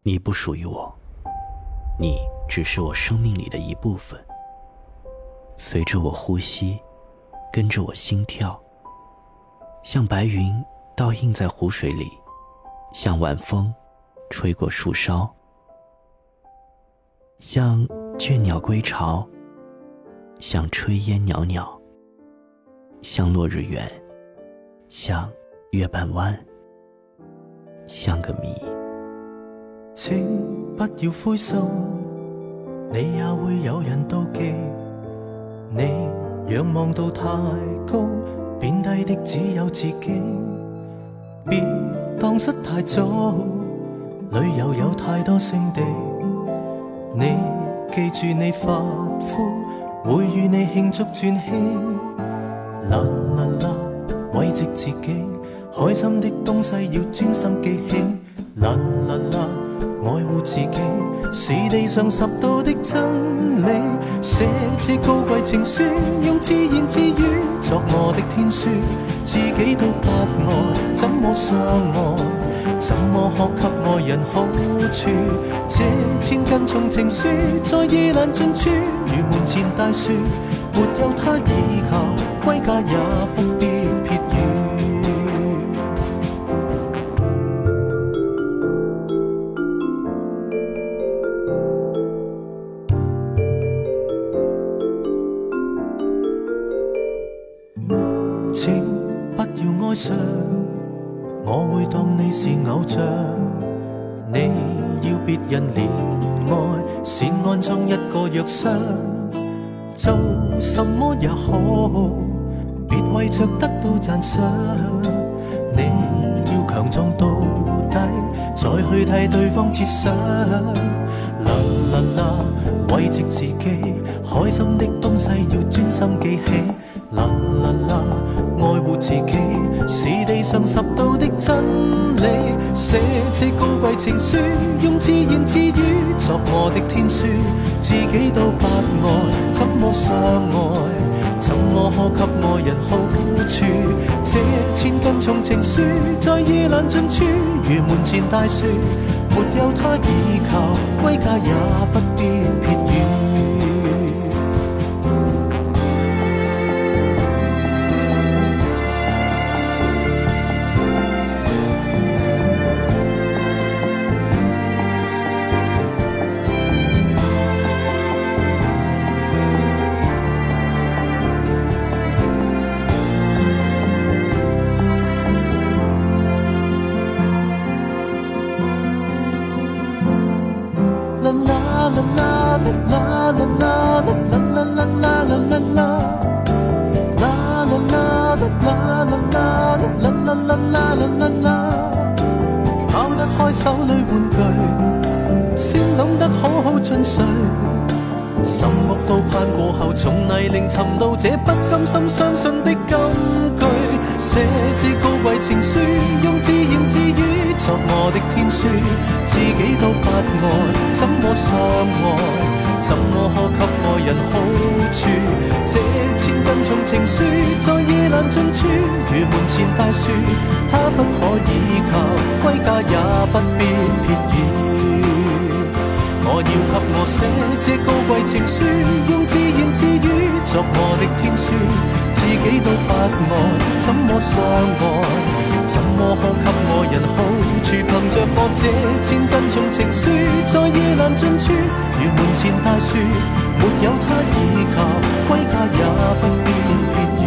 你不属于我，你只是我生命里的一部分，随着我呼吸，跟着我心跳，像白云倒映在湖水里，像晚风吹过树梢，像倦鸟归巢，像炊烟袅袅，像落日圆，像月半弯，像个谜。 請不要灰心，你也會有人妒忌。你仰望到太高，貶低的只有自己。別蕩失太早，旅遊有太多勝地。你記住你發膚，會與你慶祝轉機。啦啦啦，慰藉自己，開心的東西要專心記起。啦啦啦，愛護自己是地上十道的真理。寫這高貴情書，用自言自語作我的天書。自己都不愛，怎麼相愛？怎麼可給愛人好處？這千斤重情書在夜闌盡處，如門前大樹，沒有他倚靠，歸家也不必撇語。請不要哀傷，我會當你是偶像。你要別人憐愛，先安裝一個藥箱。做什麼也好，別為着得到讚賞。你要強壯到底，再去替對方設想。啦啦啦，慰藉自己，開心的東西要專心記起。啦啦啦，愛護自己是地上十道的真理。寫這高貴情書，用自言自語作我的天書。自己都不愛，怎麼相愛？怎麼可給愛人好處？這千斤重情書在夜闌盡處，如門前大樹，沒有他倚靠，歸家也不必撇語。跑得開手裏玩具，先懂得好好進睡。心屋都攀過後，從泥濘尋到這不甘心相信的金句。寫這高貴情書，用自言自語作我的天書。自己都不愛，怎麼相愛？怎麼可給愛人好處？這千斤重情書在夜闌盡處，如門前大樹，他不可倚靠，歸家也不必撇語。我要給我寫這高貴情書，用自言自語作我的天書。自己都不愛，怎麼相愛？怎麼可給愛人好處？憑着我這千斤重情書，在夜闌盡處，如門前大樹，沒有他倚靠，歸家也不必撇語。